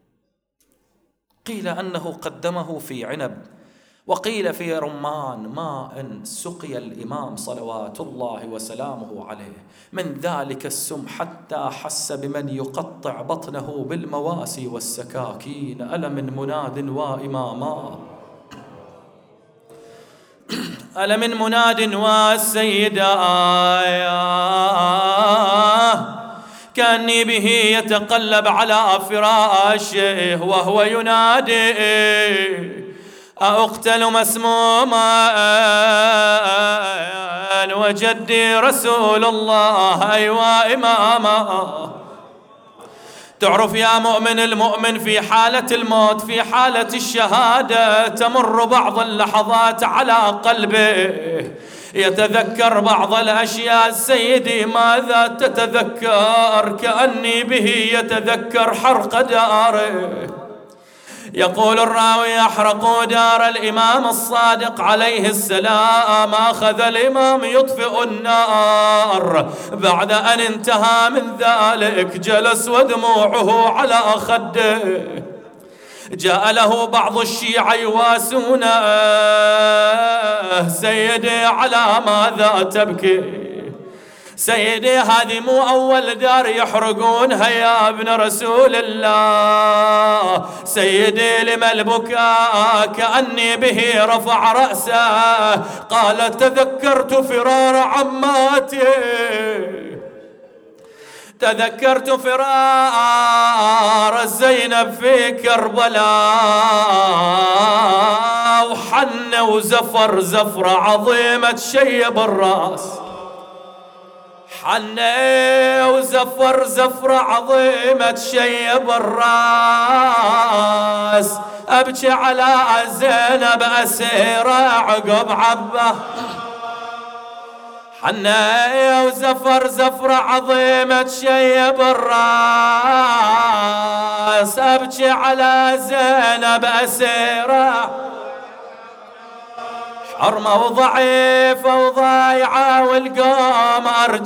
قيل أنه قدمه في عنب، وقيل في رمان، ماء سقي الإمام صلوات الله وسلامه عليه من ذلك السم حتى حس بمن يقطع بطنه بالمواسي والسكاكين. ألا من مناد وإماما، ألا من مناد والسيدة آية كأني به يتقلب على فراشه وهو ينادي أقتل مسموما وجدي رسول الله أيوا إماما. تعرف يا مؤمن، المؤمن في حالة الموت، في حالة الشهادة، تمر بعض اللحظات على قلبه يتذكر بعض الأشياء. سيدي ماذا تتذكر؟ كأني به يتذكر حرق داره. يقول الراوي أحرقوا دار الإمام الصادق عليه السلام، أخذ الإمام يطفئ النار. بعد أن انتهى من ذلك جلس ودموعه على خده. جاء له بعض الشيعة يواسونه سيدي على ماذا تبكي؟ سيدي هذه مو أول دار يحرقونها يا ابن رسول الله. سيدي لما البكاء؟ كأني به رفع رأسه قال تذكرت فرار عماتي، تذكرت فرار زينب في كربلاء، وحن وزفر زفرة عظيمة شيب الرأس، حني وزفر زفرة عظيمة شيب الراس. أبكي على زينب أسيرة عقب عبه، حني وزفر زفرة عظيمة شيب الراس. أبكي على زينب أسيرة حرمة وضعيفة وضايعة والقوم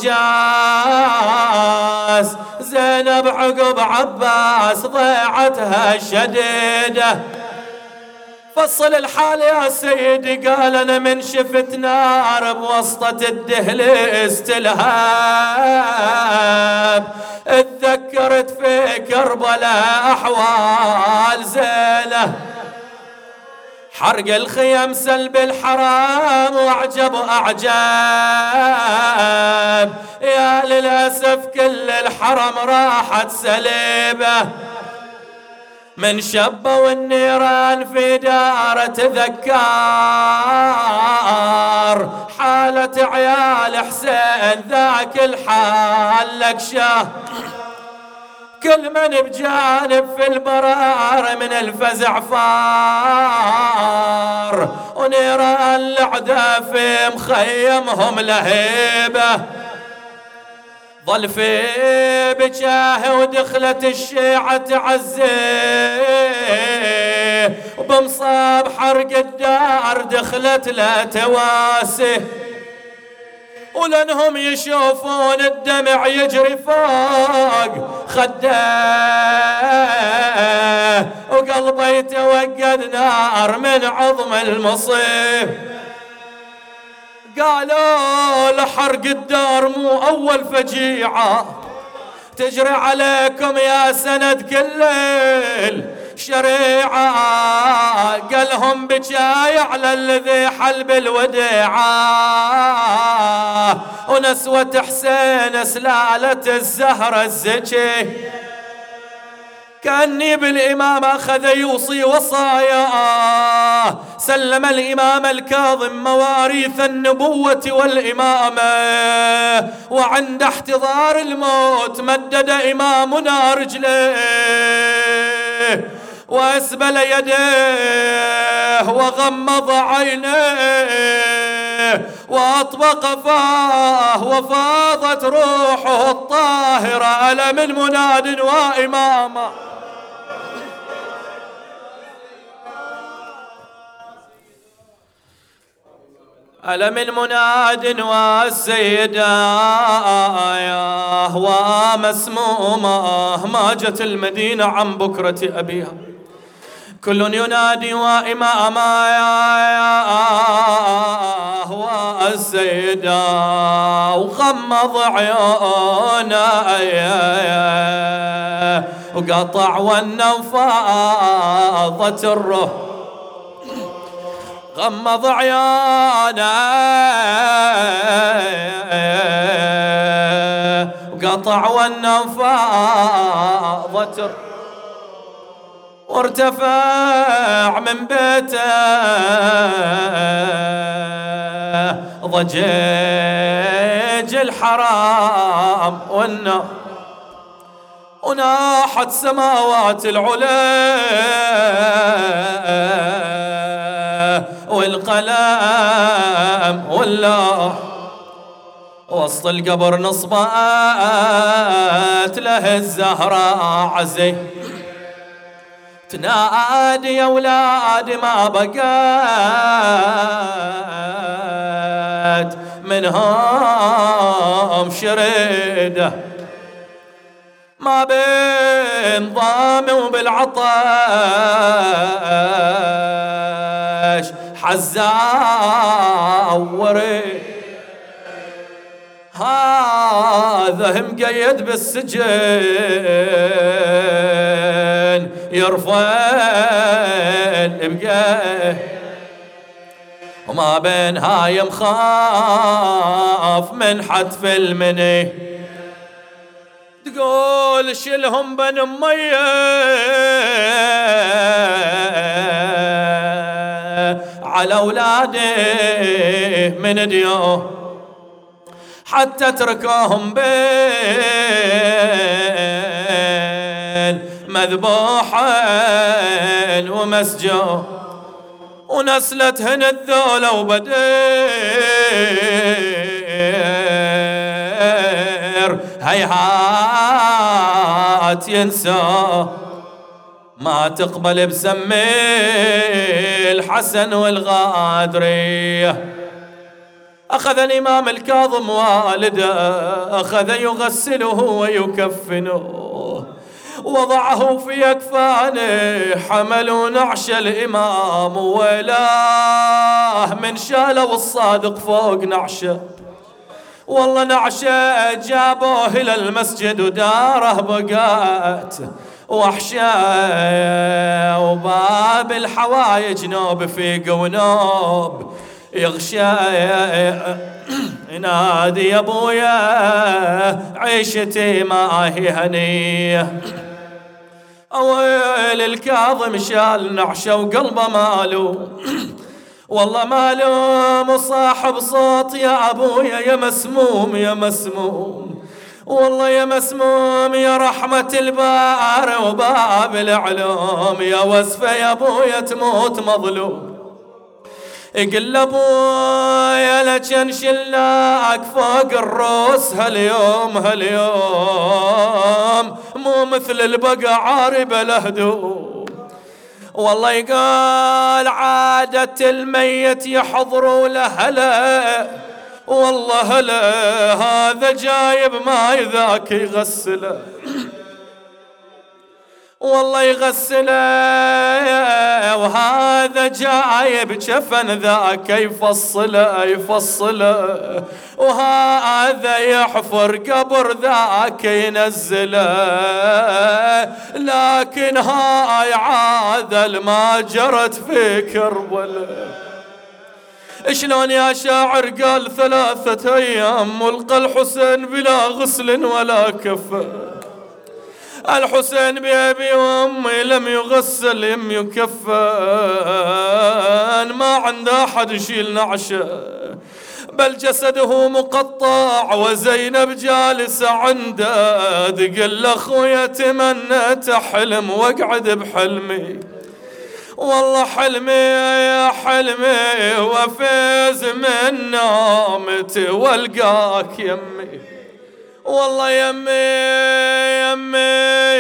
أرجاس. زينب عقب عباس ضيعتها شديدة، فصل الحال يا سيدي. قال أنا من شفت نار بوسطة الدهليز تلهب، اتذكرت في كربلاء أحوال زينة، حرق الخيم سلب الحرام وأعجب أعجاب. يا للأسف كل الحرم راحت سليبه، من شبوا النيران في دار تذكار، حالة عيال حسين ذاك الحال لك شاه. كل من بجانب في البرار من الفزع فار، ونيران الأعداء في مخيمهم لهيبة. ظل في بجاه ودخلت الشيعة تعزيه، وبمصاب حرق الدار دخلت لا تواسي، ولأنهم يشوفون الدمع يجري فوق خداه، وقلبه يتوقد نار من عظم المصيب. قالوا لحرق الدار مو أول فجيعة تجري عليكم يا سند كل الشريعة، قالهم بجاي على الذي حلب الوديعة، ونسوة حسين سلالة الزهرة الزكي. كأني بالإمام أخذ يوصي وصايا، سلم الإمام الكاظم مواريث النبوة والإمامة، وعند احتضار الموت مدد إمامنا رجليه، وأسبل يديه وغمض عينيه، وأطبق فاه وفاضت روحه الطاهرة ألا من مناد وإمامة. ألا من مناد والسيدة ومسمومة، ما جت المدينة عن بكرة أبيها، كل ينادي وإماما والسيدة، وغمض عيونه وقطع والنفاضت الروح، غمض عيانه وقطع والنفاضت، وارتفع من بيته ضجيج الحرام والنار، وناحت سماوات العلا والقلم واللوح، وسط القبر نصبت له الزهراء عزي، تنادي يا ولاد ما بقات منهم شريده، ما بين ضامي وبالعطش حزاء وري، هذا مقيد بالسجن يرفل بقاه، وما بين هاي مخاف من حتف المني، تقول شلهم بن أمية على أولاده من ديوه، حتى تركوهم بين مذبوحين ومسجون، ونسلتهن الذولة وبدير هيهات ينسى، ما تقبل بسمي الحسن والغادرية. أخذ الإمام الكاظم والده، أخذ يغسله ويكفنه، وضعه في أكفانه، حملوا نعش الإمام ويلاه من شالوا الصادق فوق نعشه. والله نعشه جابوه إلى المسجد وداره بقات وحشة، وباب الحوايج نوب فيق ونوب يغشى. ينادي يا ابويا عيشتي ما هي هنيه. اويل الكاظم شال نعشه وقلبه مالو، والله مالوم وصاحب صوت يا ابويا يا مسموم يا مسموم، والله يا مسموم يا رحمة البار وباب العلوم، يا وصفة يا ابويا تموت مظلوم. يقل ابويا لجن شلاك فوق الروس هاليوم هاليوم، مو مثل البقع عاربة الهدوم. والله يقال عادة الميت يحضروا له هلا، والله هلا هذا جايب ماي ذاك يغسله، والله يغسله، وهذا جايب جفن ذاك يفصله يفصله، وهذا يحفر قبر ذاك ينزله. لكن هاي عاذل ما جرت في كربلاء. شلون يا شاعر قال ثلاثة أيام ملقى الحسين بلا غسل ولا كفن، الحسين بأبي وأمي لم يغسل يم يكفن، ما عنده أحد يشيل نعشه بل جسده مقطع، وزينب جالسة عنده تقول أخويا تمنيت حلم واقعد بحلمي، والله حلمي يا حلمي وفيز من نومتي والقاك يمي، والله يمي يمي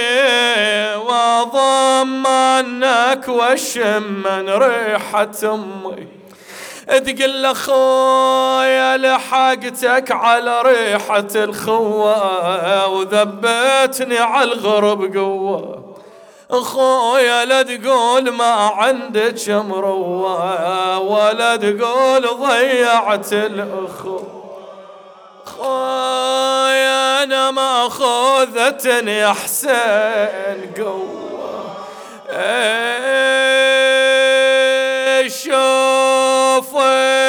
وضمنك وشم من ريحة امي، تقول اخويا لحقتك على ريحة الخوة وذبتني على الغرب قوة، اخويا لا تقول ما عندك مروة ولا تقول ضيعت الاخوة، خويا انا ما اخذتني يا حسين قوة. ايه شوف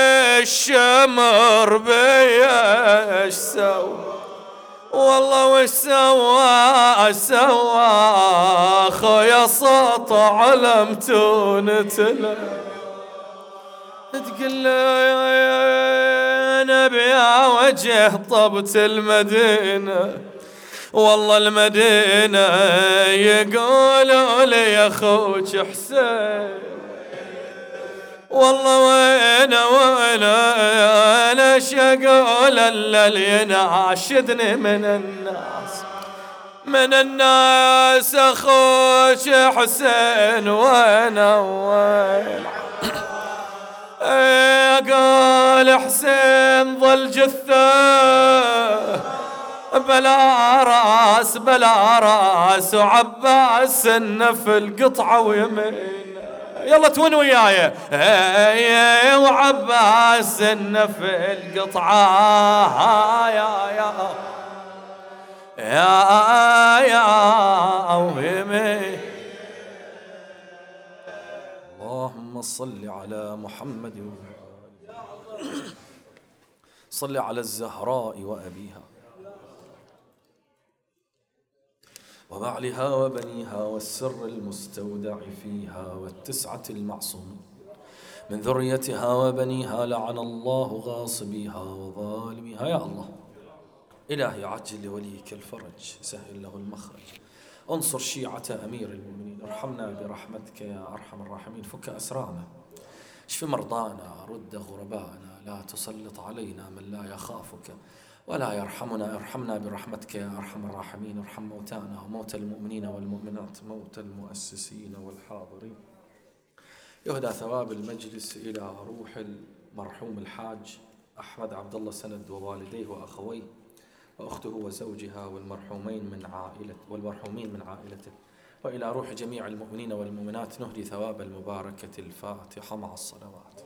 الشمر بيا ايش سوى، والله وش سوى سوى خويا سطع على متونتنا، تقول نبي وجه طبت المدينة، والله المدينة يقولوا لي يا اخوك حسين، والله وين وين انا شقول الا اللي يناشدني من الناس من الناس اخوك حسين وين وين. قال حسين ظل جثة بلا راس بلا راس، وعباس النف القطعة ويمين، يلا تون وياي وعباس النف القطعة يا يا يا يا ويمين. اللهم صل على محمد صل على الزهراء وأبيها وبعلها وبنيها والسر المستودع فيها والتسعة المعصومين من ذريتها وبنيها، لعن الله غاصبيها وظالميها. يا الله إلهي عجل لوليك الفرج، سهل له المخرج، انصر شيعة أمير المؤمنين، ارحمنا برحمتك يا أرحم الراحمين، فك أسرانا، اشف مرضانا، رد غربانا، لا تسلط علينا من لا يخافك ولا يرحمنا، ارحمنا برحمتك يا أرحم الراحمين، ارحم موتانا وموتى المؤمنين والمؤمنات، موتى المؤسسين والحاضرين. يهدى ثواب المجلس إلى روح المرحوم الحاج أحمد عبد الله سند ووالديه وأخويه وأخته وزوجها والمرحومين من عائلة والمرحومين من عائلته، وإلى روح جميع المؤمنين والمؤمنات نهدي ثواب المباركة الفاتحة مع الصلوات.